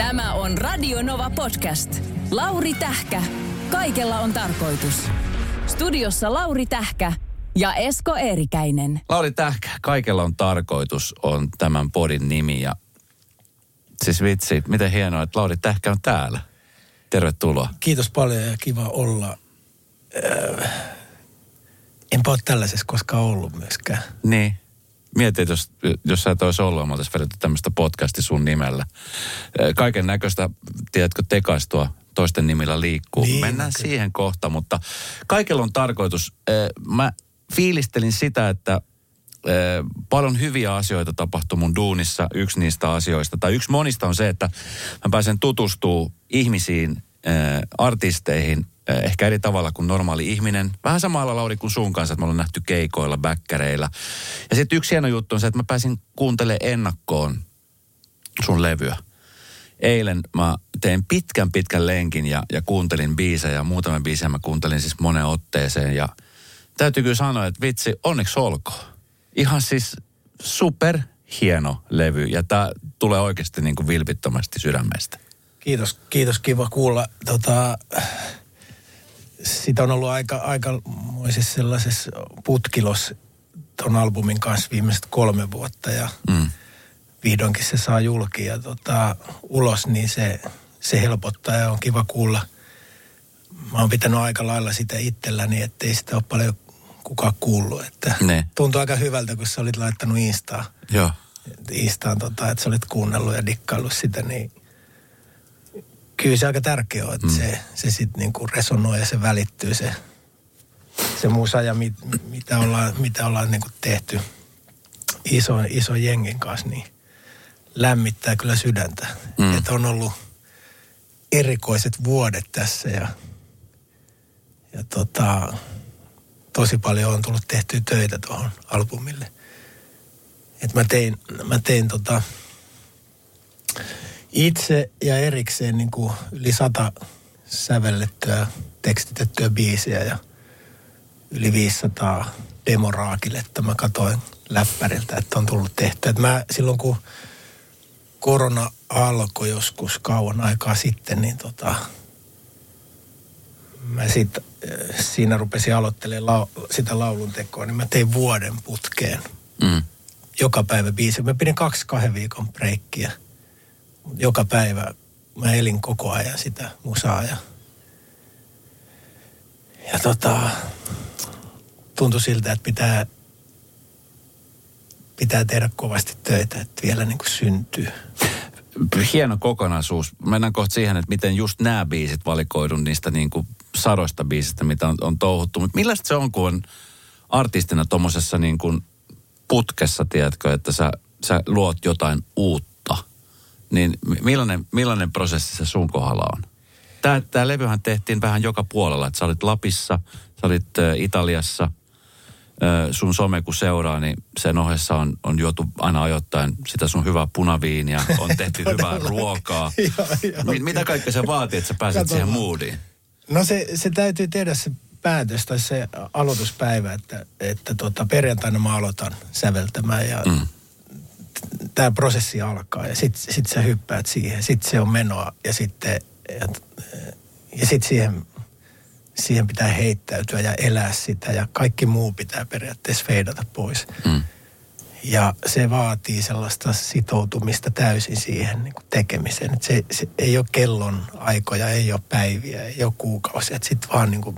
Tämä on Radio Nova Podcast. Lauri Tähkä. Kaikella on tarkoitus. Studiossa Lauri Tähkä ja Esko Eerikäinen. Lauri Tähkä, Kaikella on tarkoitus on tämän podin nimi. Ja siis vitsi, miten hienoa, että Lauri Tähkä on täällä. Tervetuloa. Kiitos paljon ja kiva olla. Enpä ole tällaisessa koskaan ollut myöskään. Niin. Mietit, jos sä et olisi ollut, me oltaisiin vedetty tämmöistä podcasti sun nimellä. Kaiken näköistä, tiedätkö, tekaistua toisten nimillä liikkuu. Niin, mennään siihen kohta, mutta kaikella on tarkoitus. Mä fiilistelin sitä, että paljon hyviä asioita tapahtuu mun duunissa. Yksi niistä asioista, tai yksi monista on se, että mä pääsen tutustumaan ihmisiin, artisteihin, ehkä eri tavalla kuin normaali ihminen. Vähän samalla, Lauri, kuin sun kanssa, että me ollaan nähty keikoilla, väkkäreillä. Ja sitten yksi hieno juttu on se, että mä pääsin kuuntelemaan ennakkoon sun levyä. Eilen mä tein pitkän lenkin ja kuuntelin biisejä. Muutaman biisejä mä kuuntelin siis moneen otteeseen. Ja täytyy kyllä sanoa, että vitsi, onneksi olkoon. Ihan siis super hieno levy. Ja tää tulee oikeasti niin kuin vilpittömästi sydämestä. Kiitos, kiva kuulla. Sitä on ollut aikamoisessa sellaisessa putkilossa ton albumin kanssa viimeiset 3 vuotta ja vihdoinkin se saa julki ja ulos, niin se helpottaa ja on kiva kuulla. Mä oon pitänyt aika lailla sitä itselläni, ettei sitä ole paljon kukaan kuullut. Että tuntui aika hyvältä, kun sä olit laittanut Instaan. Joo. Instaan, että sä olit kuunnellut ja dikkaillut sitä, niin kyllä se aika tärkeä on, että se sitten niinku resonoi ja se välittyy se musa ja mitä ollaan niinku tehty iso jengin kanssa, niin lämmittää kyllä sydäntä. Että on ollut erikoiset vuodet tässä ja tosi paljon on tullut tehtyä töitä tuohon albumille. Että mä tein itse ja erikseen niin kuin yli 100 sävellettyä, tekstitettyä biisiä ja yli 500 demoraakiletta. Mä katsoin läppäriltä, että on tullut tehtyä. Että mä silloin kun korona alkoi joskus kauan aikaa sitten, niin mä siinä rupesin aloittelemaan sitä laulun tekoa, niin mä tein vuoden putkeen. Joka päivä biisi. Mä pidin 2 viikon breikkiä. Joka päivä mä elin koko ajan sitä musaa ja tuntui siltä, että pitää tehdä kovasti töitä, että vielä niin kuin syntyy. Hieno kokonaisuus. Mennään kohta siihen, että miten just nämä biisit valikoidun niistä niin kuin sadoista biisistä, mitä on touhuttu. Mutta millaista se on, kun on artistina tuommoisessa niin kuin putkessa, tiedätkö, että sä luot jotain uutta? Niin millainen prosessi se sun kohdalla on? Tää levyhän tehtiin vähän joka puolella. Että sä olit Lapissa, sä olit Italiassa, sun some kun seuraa, niin sen ohessa on juotu aina ajoittain sitä sun hyvää punaviinia, on tehty hyvää ruokaa. Mitä kaikkea se vaatii, että sä pääset siihen moodiin? No se täytyy tehdä se päätös tai se aloituspäivä, että perjantaina mä aloitan säveltämään ja tämä prosessi alkaa ja sit sä hyppäät siihen. Sitten se on menoa ja sitten siihen pitää heittäytyä ja elää sitä ja kaikki muu pitää periaatteessa feidata pois. Ja se vaatii sellaista sitoutumista täysin siihen niin kuin tekemiseen. Että se ei ole kellon aikoja, ei ole päiviä, ei ole kuukausia. Että sitten vaan niin kuin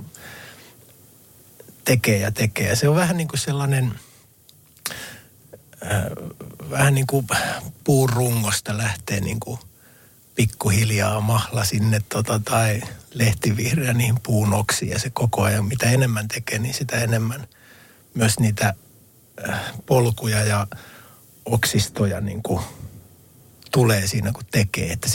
tekee ja tekee. Ja se on vähän niin kuin sellainen vähän niin kuin puun rungosta lähtee niin kuin pikkuhiljaa mahla sinne tai lehtivihreä niihin puun oksiin ja se koko ajan, mitä enemmän tekee, niin sitä enemmän myös niitä polkuja ja oksistoja niin kuin tulee siinä, kun tekee. Että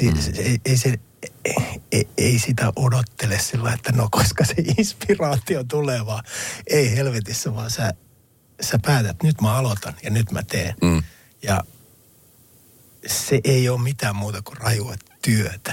ei sitä odottele sillä, että no koska se inspiraatio tulee, vaan ei helvetissä, vaan sä päätät, nyt mä aloitan ja nyt mä teen. Ja se ei ole mitään muuta kuin rajua työtä.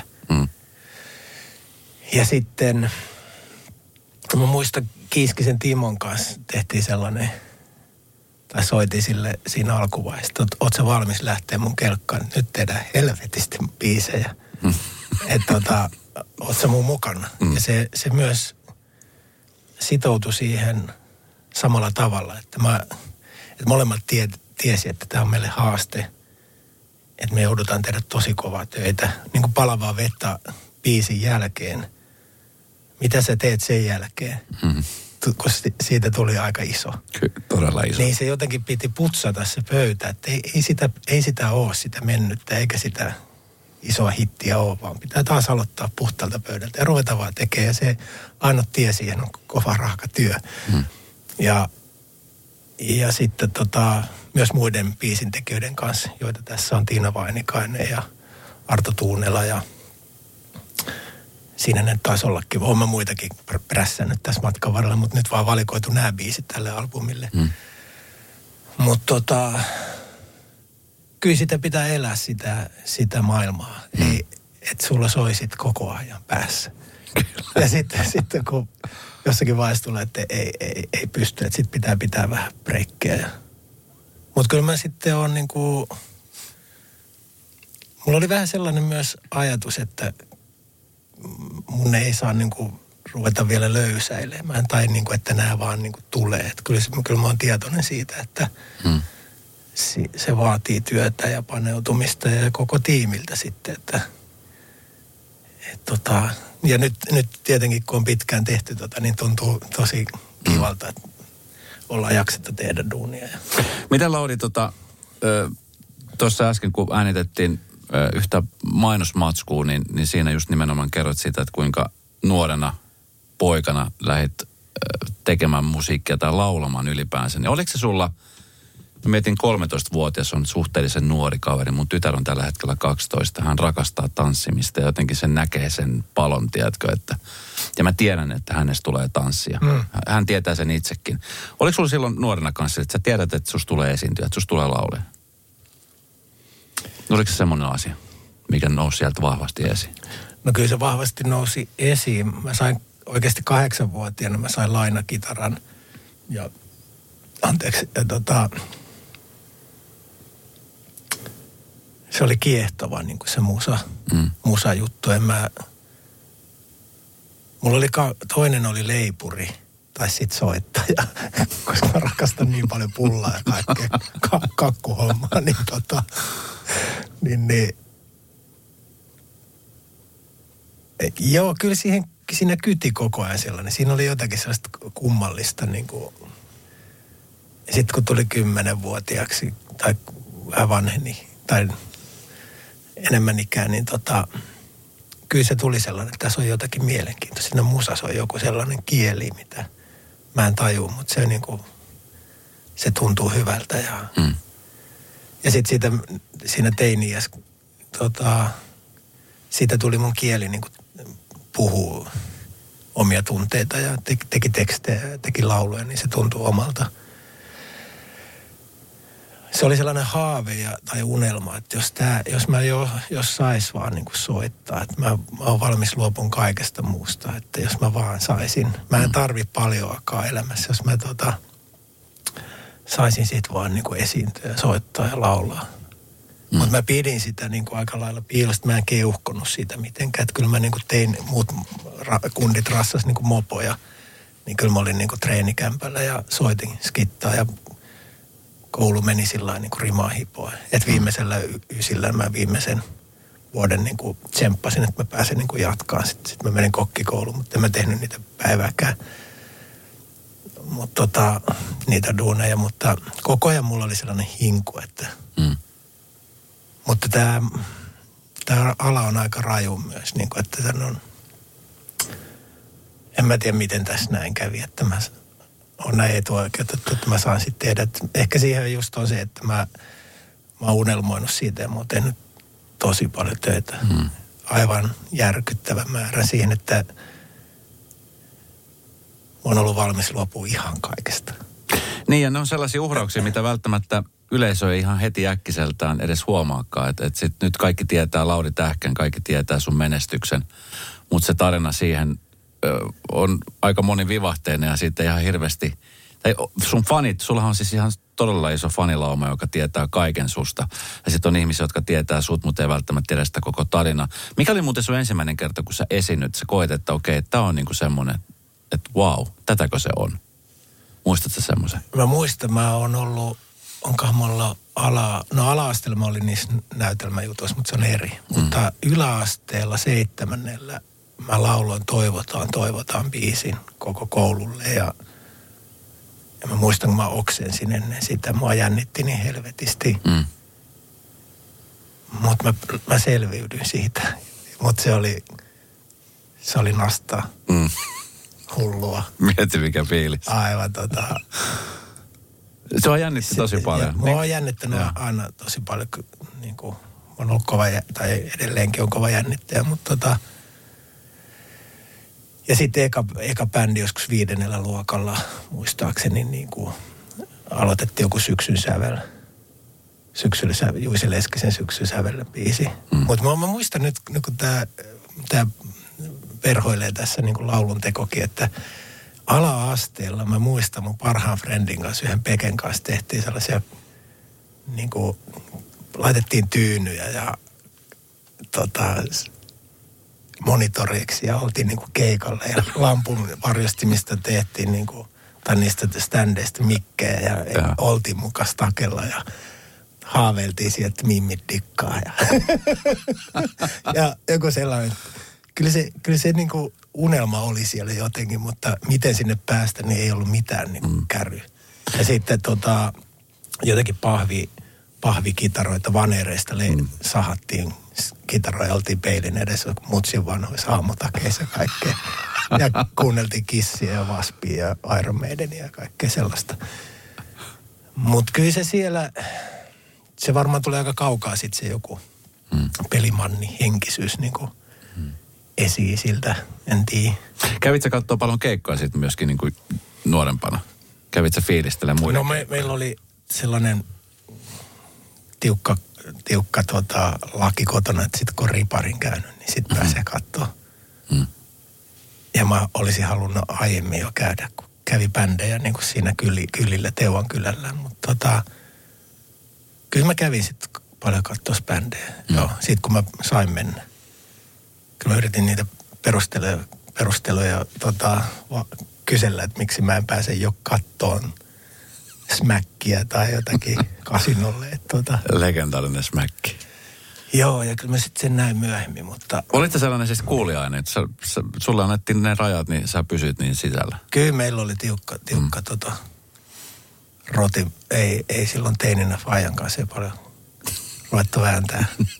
Ja sitten mä muistan Kiiskisen Timon kanssa tehtiin sellainen, tai soitin sille siinä alkuvaiheessa, että oot sä valmis lähteä mun kelkkaan, nyt tehdään helvetisti biisejä. että oot sä mun mukana. Ja se myös sitoutui siihen samalla tavalla, että molemmat tiesi, että tämä on meille haaste, että me joudutaan tehdä tosi kovaa töitä, niin kuin palavaa vettä biisin jälkeen. Mitä sä teet sen jälkeen? Kun siitä tuli aika iso. Kyllä, todella iso. Niin se jotenkin piti putsata se pöytä, että ei sitä ole sitä mennyttä, eikä sitä isoa hittiä ole, vaan pitää taas aloittaa puhtaalta pöydältä ja ruveta vaan tekemään. Ja se ainoa tie siihen on kova rahka työ. Ja sitten myös muiden biisintekijöiden kanssa, joita tässä on Tiina Vainikainen ja Arto Tuunela ja siinä ne taisi ollakin. Olen mä muitakin prässännyt tässä matkan varrella, mutta nyt vaan valikoitu nämä biisit tälle albumille. Mutta kyllä sitä pitää elää sitä maailmaa. Ei, että sulla soisit koko ajan päässä. Ja sitten kun jossakin vaiheessa tulee, että ei pysty, että sitten pitää vähän breikkejä. Mutta kyllä mä sitten on niinku, mulla oli vähän sellainen myös ajatus, että mun ei saa niinku ruveta vielä löysäilemään tai niinku, että nämä vaan niinku tulee. Että kyllä mä oon tietoinen siitä, että se vaatii työtä ja paneutumista ja koko tiimiltä sitten, että ja nyt tietenkin kun on pitkään tehty niin tuntuu tosi kivalta, että ollaan jaksettu tehdä duunia. Miten Lauri, tuossa äsken kun äänitettiin yhtä mainosmatskua, niin siinä just nimenomaan kerrot sitä, että kuinka nuorena poikana lähdit tekemään musiikkia tai laulamaan ylipäänsä. Niin oliko se sulla, mä mietin 13-vuotias on suhteellisen nuori kaveri, mun tytär on tällä hetkellä 12, hän rakastaa tanssimista ja jotenkin sen näkee sen palon, tiedätkö, että ja mä tiedän, että hänestä tulee tanssia. Hän tietää sen itsekin. Oliko sulla silloin nuorena kanssa, että sä tiedät, että susta tulee esiintyä, että susta tulee laulaja? Oliko se semmoinen asia, mikä nousi sieltä vahvasti esiin? No kyllä se vahvasti nousi esiin. Mä sain oikeasti 8-vuotiaana, mä sain lainakitaran ja se oli kiehtova niin kuin se musajuttu. Mulla oli toinen oli leipuri tai sit soittaja, koska mä rakastan niin paljon pullaa ja kaikkea kakkuhommaa, niin joo, kyllä siinä kyti koko ajan sellainen. Siinä oli jotakin sellaista kummallista niin kuin. Sitten kun tuli 10-vuotiaaksi tai vähän vanheni tai enemmän ikään, niin kyllä se tuli sellainen, että tässä on jotakin mielenkiintoista. Siinä musassa on joku sellainen kieli, mitä mä en tajua, mutta se, niin kuin, se tuntuu hyvältä. Ja sitten siinä teiniässä siitä tuli mun kieli niin kuin puhuu omia tunteita ja teki tekstejä ja teki lauluja, niin se tuntuu omalta. Se oli sellainen haave tai unelma, että jos sais vaan niin kuin soittaa, että mä oon valmis luopun kaikesta muusta, että jos mä vaan saisin. Mä en tarvi paljoakaan elämässä, jos mä saisin sit vaan niin kuin esiintyä, soittaa ja laulaa. Mutta mä pidin sitä niin kuin aika lailla piilosta, mä en keuhkonut siitä mitenkään, että kyllä mä niin kuin tein, muut kundit rassas niin kuin mopoja, niin kyllä mä olin niin kuin treenikämpällä ja soitin skittaa ja koulu meni sillä niin kuin rimaa hipoa. Että viimeisellä ysillä mä viimeisen vuoden niin kuin tsemppasin, että mä pääsen niin kuin jatkaan. Sitten mä menin kokkikouluun, mutta en mä tehnyt niitä päivääkään. Mutta niitä duuneja, mutta koko ajan mulla oli sellainen hinku, että mutta tämä ala on aika raju myös, niin kuin, että en mä tiedä miten tässä näin kävi, että mä on näin etuoikeutettu, että mä saan sitten tehdä. Että ehkä siihen just on se, että mä oon unelmoinut siitä ja mä oon tehnyt tosi paljon töitä. Aivan järkyttävä määrä siihen, että mä oon ollut valmis luopua ihan kaikesta. Niin ja ne on sellaisia uhrauksia, mitä välttämättä yleisö ei ihan heti äkkiseltään edes huomaakaan. Että sit nyt kaikki tietää Lauri Tähkän, kaikki tietää sun menestyksen, mutta se tarina siihen on aika monivivahteinen ja siitä ihan hirveästi, tai sun fanit, sullahan on siis ihan todella iso fanilauma, joka tietää kaiken susta. Ja sitten on ihmisiä, jotka tietää sut, mutta ei välttämättä tiedä sitä koko tarinaa. Mikä oli muuten sun ensimmäinen kerta, kun sä esiinnyt? Sä koet, että okei, tää on niinku semmoinen, että wow, tätäkö se on? Muistatko semmoisen? Mä muistan, mä oon ollut, onkohan mulla ala-asteella mä olin niissä näytelmäjutuissa, mutta se on eri. Mutta yläasteella 7. mä lauloin Toivotaan biisin koko koululle ja mä muistan, kun mä oksensin ennen sitä. Mua jännitti niin helvetisti. Mutta mä selviydyin siitä. Mutta se oli nastaa. Hullua. Mieti mikä fiilis. Aivan Se on jännitti tosi paljon. Mua on jännittänyt aina tosi paljon. Niin kuin, on ollut kova, tai edelleenkin on kova jännittäjä, mutta ja sitten eka bändi joskus 5. luokalla, muistaakseni, niin kuin aloitettiin joku syksyn sävel. Juise Leskisen syksyn sävel biisi. Mutta mä muistan nyt kun tää verhoilee tässä niin kuin laulun tekokin, että ala-asteella mä muistan mun parhaan friendin kanssa, yhden Peken kanssa tehtiin sellaisia, niin kuin laitettiin tyynyjä ja monitoriksi ja oltiin niin kuin keikalla ja lampun varjostimista tehtiin niin kuin, tai niistä ständeistä mikkejä ja oltiin mukaan stakella ja haaveiltiin siitä, että mimmit dikkaa ja joku sellainen. Kyllä se niin kuin unelma oli siellä jotenkin, mutta miten sinne päästä, niin ei ollut mitään niin kuin kärry. Ja sitten jotenkin pahvikitaroita vanereista sahattiin kitaroja, oltiin peilin edessä mutsin vanhoissa aamotakeissa ja kaikkea. Ja kuunneltiin Kissiä ja Waspia ja Iron Maidenia ja kaikkea sellaista. Mutta kyllä se siellä, se varmaan tulee aika kaukaa sitten se joku pelimanni henkisyys niin kuin esi-isiltä, en tiedä. Kävit sä katsoa paljon keikkoja sitten myöskin niin kuin nuorempana? Kävit sä fiilistelemään muiden? No meillä oli sellainen tiukka laki kotona, että sitten kun on riparin käynyt, niin sitten pääsee katsoa. Ja mä olisin halunnut aiemmin jo käydä, kun kävi bändejä niin kuin siinä kylillä, Teuvan kylällä. Mutta kyllä mä kävin sitten paljon katsoa bändejä. Joo, sitten kun mä sain mennä. Kyllä mä yritin niitä perusteluja kysellä, että miksi mä en pääse jo kattoon Smackia tai jotakin kasinolle. Legendaarinen Smacki. Joo, ja kyllä mä sitten sen näin myöhemmin, mutta... Olitte sellainen siis kuulijainen, että sulle annettiin ne rajat, niin sä pysyt niin sisällä? Kyllä meillä oli tiukka roti. Ei silloin teininä Fajan kanssa ei paljon ruvettu vääntää.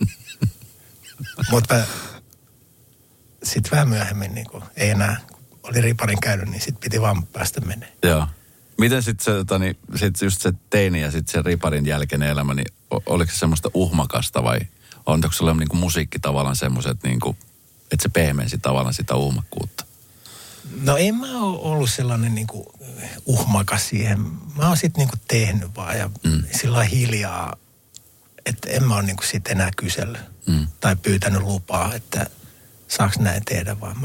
Mutta sitten vähän myöhemmin, niin kun ei enää, kun oli riparin käynyt, niin sitten piti vaan päästä menee. Joo. Miten sitten sit just se teini ja sitten se riparin jälkeinen elämä, niin oliko se semmoista uhmakasta vai onko sulla niinku musiikki tavallaan semmoiset, niinku, että se pehmensi tavallaan sitä uhmakkuutta? No en mä ole ollut sellainen niinku uhmakas siihen. Mä oon sitten niinku tehnyt vaan ja sillä hiljaa, että en mä ole niinku sit enää kysellyt tai pyytänyt lupaa, että saaks näin tehdä vaan.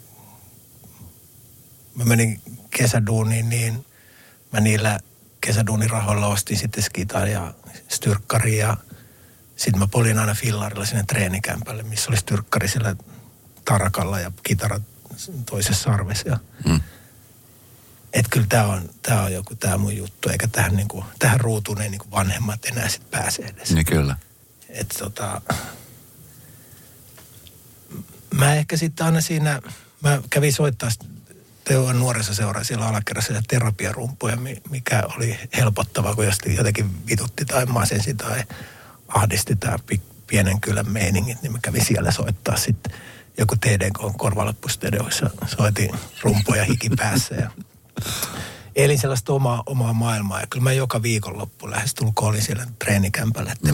Mä menin kesäduuniin, niin mä niillä kesäduunirahoilla ostin sitten skitar ja styrkkari ja sitten mä polin aina fillarilla sinne treenikämpälle, missä oli styrkkari sillä tarakalla ja kitara toisessa sarvessa. Että kyllä tää on joku tää mun juttu, eikä tähän ruutuun ei niinku vanhemmat enää sit pääse edes. Niin kyllä. Että mä ehkä sitten aina siinä, mä kävin soittaa Teuvan nuorisoseura siellä alakerrassa ja terapiarumpuja, mikä oli helpottavaa, kun jotenkin vitutti tai masensi tai ahdisti tämä pienen kylän meiningit, niin mä kävin siellä soittaa sitten joku TDK korvalappustedeoissa, soitin rumpuja hikipäässä ja elin sellaista omaa maailmaa. Ja kyllä mä joka viikonloppu lähestulkoon olin siellä treenikämpällä, että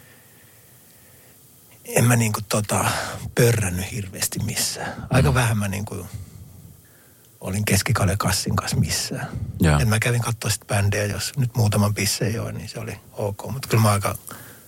en mä niinku pörrännyt hirveästi missään. Aika vähän mä niinku olin Keskikalja Kassin kanssa missään. Et mä kävin katsoa sit bändejä, jos nyt muutaman pisseen join, niin se oli ok. Mutta kyllä mä aika...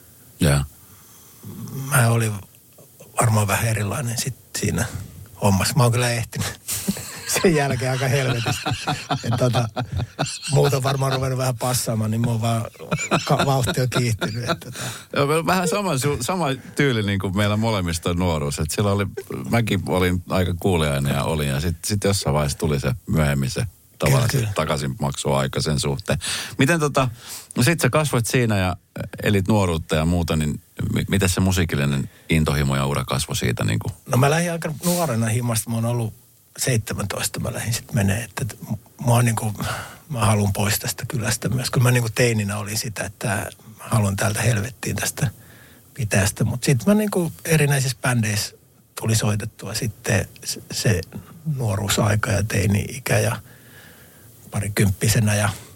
Mä olin varmaan vähän erilainen sit siinä hommassa. Mä oon kyllä ehtinyt sen jälkeen aika helvetistä. Muut on varmaan ruvennut vähän passaamaan, niin mun vaan vauhti on kiihtynyt. Vähän sama tyyli niin kuin meillä molemmista nuoruus. Että silloin mäkin olin aika kuuliainen ja olin. Ja sitten jossain vaiheessa tuli se myöhemmin se tavallaan takaisinmaksuaika sen suhteen. Miten no sit sä kasvoit siinä ja elit nuoruutta ja muuta, niin miten se musiikillinen intohimo ja ura kasvoi siitä? Niin kuin? No mä lähdin aika nuorena himasta. Mä oon ollut 17, mä lähdin sitten menee. Että mä haluan pois tästä kylästä myös. Kun mä niin kuin teininä olin sitä, että mä haluan täältä helvettiin tästä pitästä. Mutta sitten mä niin kuin erinäisissä bändeissä tuli soitettua sitten se nuoruusaika ja teini-ikä ja parikymppisenä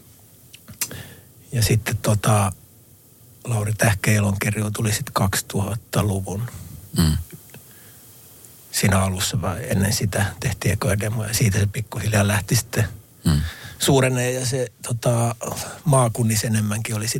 ja sitten Lauri Tähkä Elonkirjo tuli sitten 2000-luvun. Siinä alussa ennen sitä tehtiin ekoja demoja ja siitä se pikkuhiljaa lähti sitten suurenee ja se maakunnissa enemmänkin oli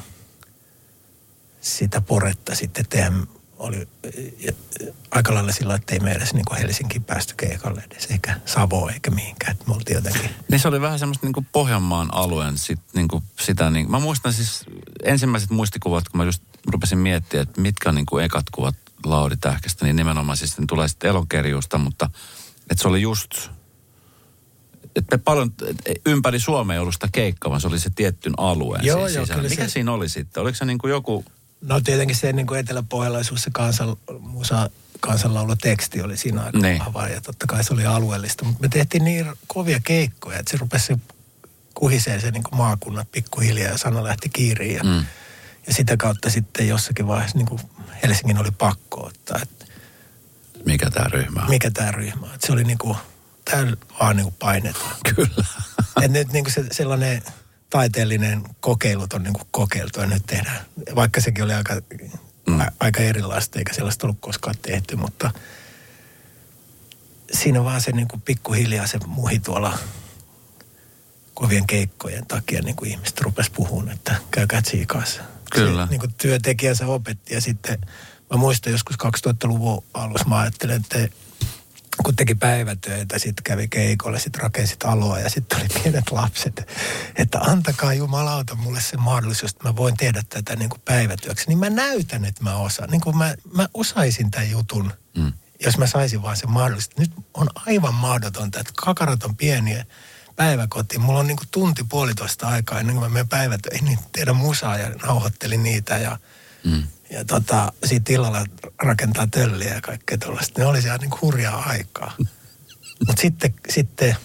sitä poretta sitten tehdä. Oli aika lailla sillä, että ei me edes niin kuin Helsinkiin päästy keikalle edes, eikä Savoa eikä mihinkään. Että me oltiin jotenkin. Niin se oli vähän semmoista niin kuin Pohjanmaan alueen sitä. Mä muistan siis ensimmäiset muistikuvat, kun mä just rupesin miettimään, että mitkä on niin kuin ekat kuvat Lauri Tähkästä, niin nimenomaan siis tulee sitten Elonkerjuusta, mutta että se oli just, että me paljon ympäri Suomea ei ollut sitä keikkaa, vaan se oli se tiettyn alueen. Joo, mikä siinä oli sitten? Oliko se niin kuin joku... No tietenkin se niin kuin eteläpohjalaisuus, se kansanlauluteksti oli siinä aika vahvaa ja totta kai se oli alueellista. Mutta me tehtiin niin kovia keikkoja, että se rupesi kuhisee se niin kuin maakunnat pikkuhiljaa ja sana lähti kiiriin. Ja sitä kautta sitten jossakin vaiheessa niin kuin Helsingin oli pakko ottaa. Mikä tämä ryhmä on? Että se oli niin kuin, täällä vaan niin kuin painetaan. Kyllä. Että nyt niin kuin sellainen... taiteellinen kokeilut on niin kuin kokeiltu ja nyt tehdään. Vaikka sekin oli aika erilaista, eikä sellaista ollut koskaan tehty, mutta siinä vaan se niin kuin pikkuhiljaa se muhi tuolla kovien keikkojen takia niin kuin ihmiset rupesi puhumaan, että käykää tsiikaassa. Kyllä. Se, niin kuin työntekijänsä opetti ja sitten mä muistan joskus 2000-luvun alussa mä ajattelin, että kun teki päivätöitä, sitten kävi keikolle, sitten rakensi taloa ja sitten oli pienet lapset. Että antakaa jumalauta mulle se mahdollisuus, että mä voin tehdä tätä niin kuin päivätyöksi. Niin mä näytän, että mä osaan. Niin kuin mä osaisin tämän jutun, jos mä saisin vaan sen mahdollisuus. Nyt on aivan mahdotonta, että kakarat on pieniä päiväkotiin. Mulla on niin kuin tunti puolitoista aikaa ennen kuin mä menen päivätöihin, niin tehdä musaa ja nauhoittelin niitä ja siitä illalla rakentaa tölliä ja kaikkea tuollaista. Ne oli siellä niin kuin hurjaa aikaa. Mutta sitten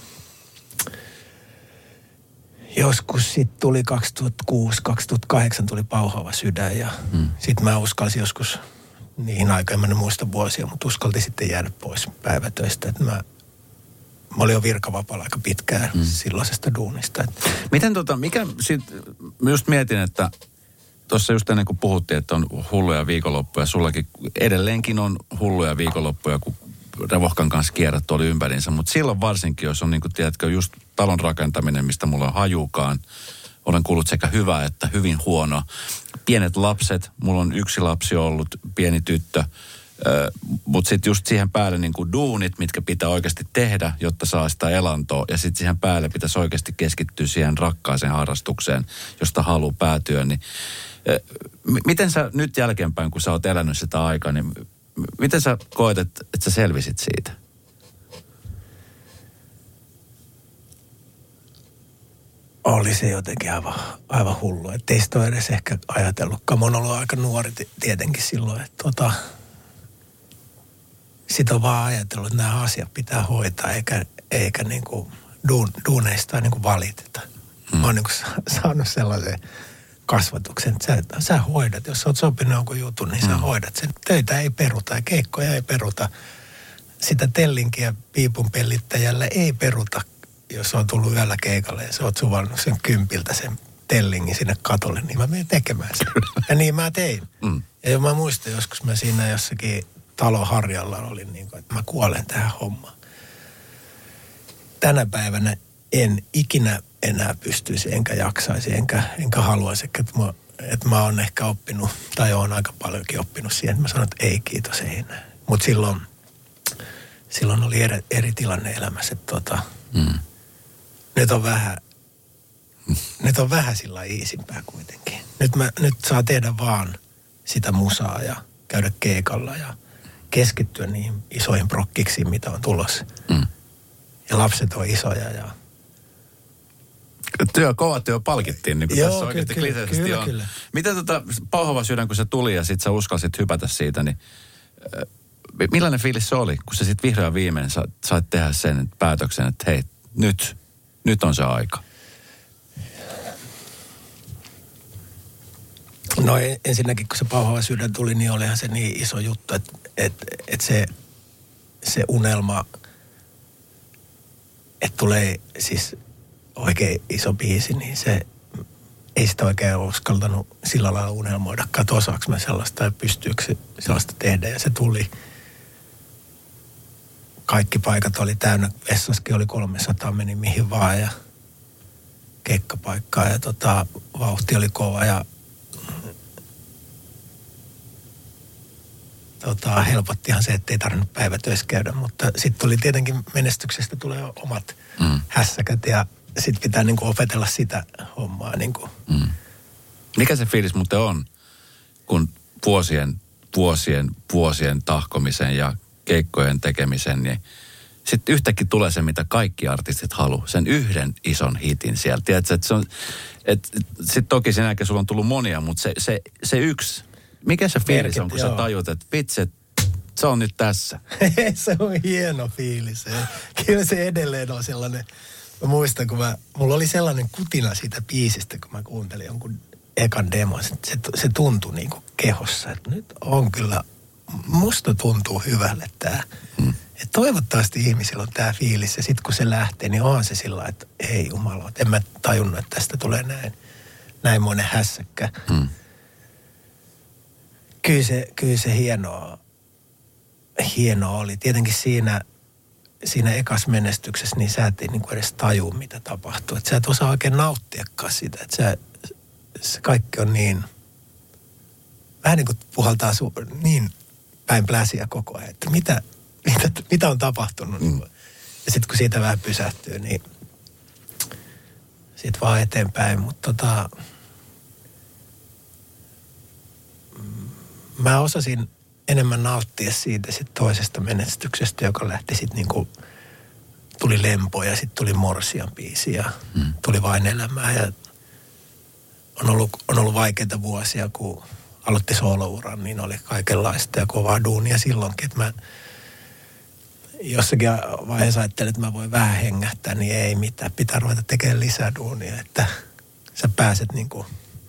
joskus sitten tuli 2006-2008 tuli Pauhava sydän ja sitten mä uskalsin joskus, niihin aikoihin mä en muista vuosia, mutta uskaltin sitten jäädä pois päivätöistä. Että mä olin jo virkavapaalla aika pitkään silloisesta duunista. Miten mikä sitten, just mietin, että tuossa just ennen kuin puhuttiin, että on hulluja viikonloppuja. Sullakin edelleenkin on hulluja viikonloppuja, kun Revohkan kanssa kierrät tuolla ympärinsä. Mutta silloin varsinkin, jos on niin kuin, tiedätkö, just talon rakentaminen, mistä mulla on hajukaan. Olen kuullut sekä hyvää että hyvin huonoa. Pienet lapset, mulla on yksi lapsi ollut, pieni tyttö. Mutta sitten just siihen päälle niin kuin duunit, mitkä pitää oikeasti tehdä, jotta saa sitä elantoa. Ja sitten siihen päälle pitäisi oikeasti keskittyä siihen rakkaaseen harrastukseen, josta haluaa päätyä. Niin, miten sä nyt jälkeenpäin, kun sä oot elänyt sitä aikaa, niin miten sä koet, että sä selvisit siitä? Oli se jotenkin aivan hullu. Että ei sitä ole edes ehkä ajatellutkaan. Mä oon ollut aika nuori tietenkin silloin, että sit on vaan ajatellut, että nämä asiat pitää hoitaa, eikä niin kuin duuneista niin kuin valiteta. Mä oon niin kuin saanut sellaisen kasvatuksen, että sä hoidat. Jos sä oot sopinut jonkun jutun, niin sä hoidat sen. Töitä ei peruta ja keikkoja ei peruta. Sitä tellinkiä piipunpellittäjällä ei peruta, jos on tullut yöllä keikalle ja sä oot suvannut sen 10 sen tellingin sinne katolle, niin mä menen tekemään sen. Ja niin mä tein. Ja mä muistan joskus mä siinä jossakin talon harjalla olin niin kuin, että mä kuolen tähän hommaan. Tänä päivänä en ikinä enää pystyisi, enkä jaksaisi, enkä haluaisi, että mä oon ehkä oppinut, tai oon aika paljonkin oppinut siihen, että mä sanon, että ei kiitos, ei enää. Mutta silloin oli eri tilanne elämässä. Että nyt on vähän sillä iisimpää kuitenkin. Nyt saa tehdä vaan sitä musaa ja käydä keikalla ja keskittyä niihin isoihin prokkiksiin, mitä on tulossa. Ja lapset on isoja ja... Kova työ palkittiin, niin kuin joo, tässä oikeasti kliseisesti on. Kyllä. Miten Pauhava sydän, kun se tuli ja sit sä uskalsit hypätä siitä, niin millainen fiilis se oli, kun sä sit vihreän viimein sait tehdä sen päätöksen, että hei, nyt on se aika? No ensinnäkin, kun se Pauhava sydän tuli, niin olihan se niin iso juttu, että se unelma, että tulee siis oikein iso biisi, niin se ei sitä oikein uskaltanut sillä lailla unelmoidakaan, että osaako mä sellaista ja pystyykö sellaista tehdä. Ja se tuli. Kaikki paikat oli täynnä. Vessaskin oli 300, meni mihin vaan ja keikkapaikkaa ja vauhti oli kova ja helpottihan se, ettei tarvinnut päivätöissä käydä, mutta sitten tuli tietenkin menestyksestä tulee omat hässäkät ja sitten pitää niinku opetella sitä hommaa. Niinku. Mikä se fiilis muuten on, kun vuosien tahkomisen ja keikkojen tekemisen, niin sitten yhtäkkiä tulee se, mitä kaikki artistit haluaa, sen yhden ison hitin sieltä. Tiedätkö, että se on, sitten toki sen jälkeen sulla on tullut monia, mutta se yksi, mikä se fiilis on, kun sä tajut, että vitsi, se on nyt tässä? Se on hieno fiilis. Kyllä se edelleen on sellainen. Mä muistan, kun mulla oli sellainen kutina siitä biisistä, kun mä kuuntelin jonkun ekan demon. Se tuntui niin kuin kehossa, että nyt on kyllä, musta tuntuu hyvälle tää. Että toivottavasti ihmisillä on tää fiilis ja sit kun se lähtee, niin on se sillä että ei jumala, en mä tajunnut, että tästä tulee näin monen hässäkkä. Kyllä se hienoa oli. Tietenkin siinä ekas menestyksessä, niin sä et niin kuin edes tajua, mitä tapahtuu. Että sä et osaa oikein nauttiakaan sitä. Että se kaikki on niin, vähän niin kuin puhaltaa niin päin pläsiä koko ajan. Että mitä on tapahtunut. Ja sitten kun siitä vähän pysähtyy, niin sitten vaan eteenpäin. Mutta mä osasin enemmän nauttia siitä sit toisesta menestyksestä, joka lähti sitten niinku, tuli Lempo ja sitten tuli Morsian biisi ja tuli Vain elämää. Ja on ollut vaikeita vuosia, kun aloitti soolouran, niin oli kaikenlaista ja kovaa duunia silloinkin. Että mä jossakin vaiheessa ajattelin, että mä voin vähän hengähtää, niin ei mitään. Pitää ruveta tekemään lisää duunia, että sä pääset niinku...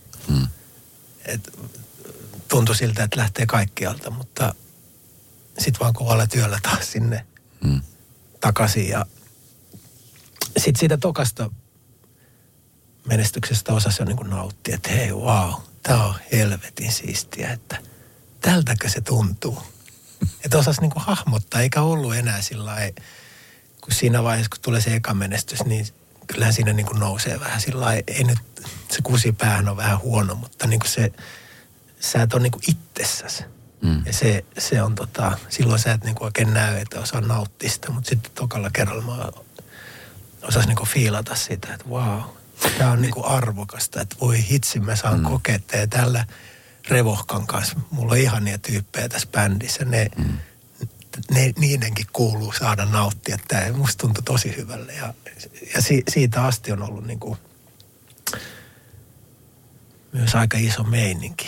Tuntui siltä, että lähtee kaikkialta, mutta sitten vaan kovalla työllä taas sinne takaisin. Ja sitten siitä tokasta menestyksestä osasi jo niin kuin nauttia, että hei, wow, tää on helvetin siistiä, että tältäkö se tuntuu. Että osasi niin kuin hahmottaa, eikä ollut enää sillä lailla, kun siinä vaiheessa, kun tulee se eka menestys, niin kyllähän siinä niin kuin nousee vähän sillä lailla, ei nyt, se kusipäähän on vähän huono, mutta niin kuin se... Sä et ole niinku itsessäsi. Ja se on silloin sä et niinku oikein näy, että osaa nauttia sitä. Mutta sitten tokalla kerralla mä osasin niinku fiilata sitä, että vau, tää on niinku arvokasta. Että voi hitsi, mä saan kokea ja tällä Revohkan kanssa. Mulla on ihania tyyppejä tässä bändissä. Niidenkin kuuluu saada nauttia. Tää musta tuntui tosi hyvälle. Ja siitä asti on ollut niinku... myös aika iso meininki.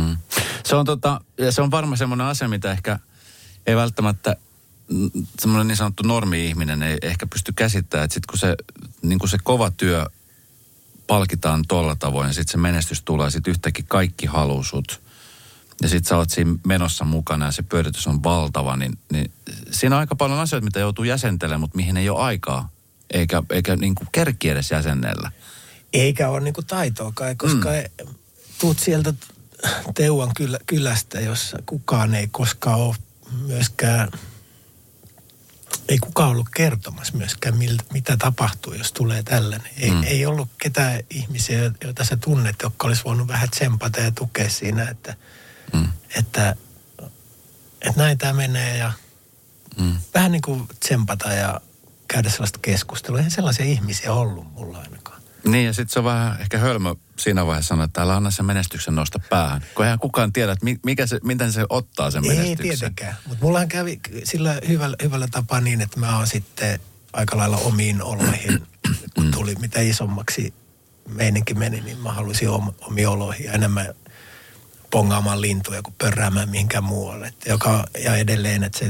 Se on varmaan semmoinen asia, mitä ehkä ei välttämättä semmoinen niin sanottu normi-ihminen ei ehkä pysty käsittämään. Että sitten kun se kova työ palkitaan tolla tavoin ja sitten se menestys tulee ja sitten yhtäkkiä kaikki haluu sut. Ja sitten sä oot siinä menossa mukana ja se pyöritys on valtava, niin siinä on aika paljon asioita, mitä joutuu jäsentelemään, mutta mihin ei ole aikaa. Eikä niin kuin kerki edes jäsennellä. Eikä ole niinku taitoakaan, koska tuut sieltä Teuan kylästä, jossa kukaan ei koskaan ole myöskään, ei kukaan ollut kertomassa myöskään, mitä tapahtuu, jos tulee tällainen. Ei ollut ketään ihmisiä, joita sä tunnet, jotka olisi voinut vähän tsempata ja tukea siinä, että näin tämä menee ja vähän niin kuin tsempata ja käydä sellaista keskustelua. Eihän sellaisia ihmisiä ollut mulla ainakaan. Niin, ja sitten se on vähän ehkä hölmö siinä vaiheessa sanoa, että älä anna sen menestyksen nousta päähän. Kun eihän kukaan tiedä, että miten se ottaa sen menestyksen. Ei tietenkään, mutta mullahan kävi sillä hyvällä tapaa niin, että mä oon sitten aika lailla omiin oloihin, kun tuli mitä isommaksi meininki meni, niin mä halusin omiin oloihin ja enemmän pongaamaan lintuja kuin pörräämään mihinkään muualle. Ja edelleen, että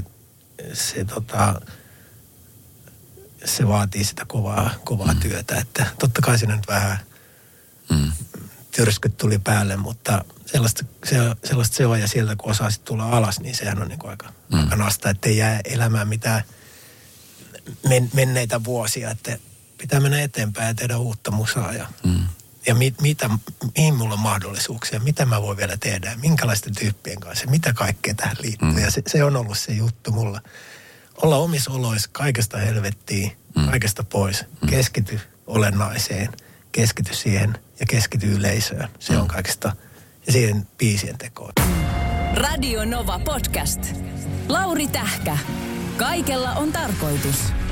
se vaatii sitä kovaa työtä, että totta kai siinä nyt vähän tyrskyt tuli päälle, mutta sellaista se on, ja sieltä kun osaa sitten tulla alas, niin sehän on niin kuin aika nasta, ettei jää elämään mitään menneitä vuosia, että pitää mennä eteenpäin ja tehdä uutta musaa ja mihin mulla on mahdollisuuksia, mitä mä voin vielä tehdä ja minkälaisten tyyppien kanssa, mitä kaikkea tähän liittyy. Ja se on ollut se juttu mulla. Olla omissa oloissa, kaikesta helvettiin, kaikesta pois. Keskity olennaiseen, keskity siihen ja keskity yleisöön. Se on kaikesta. Ja siihen biisien tekoon. Radio Nova Podcast. Lauri Tähkä. Kaikella on tarkoitus.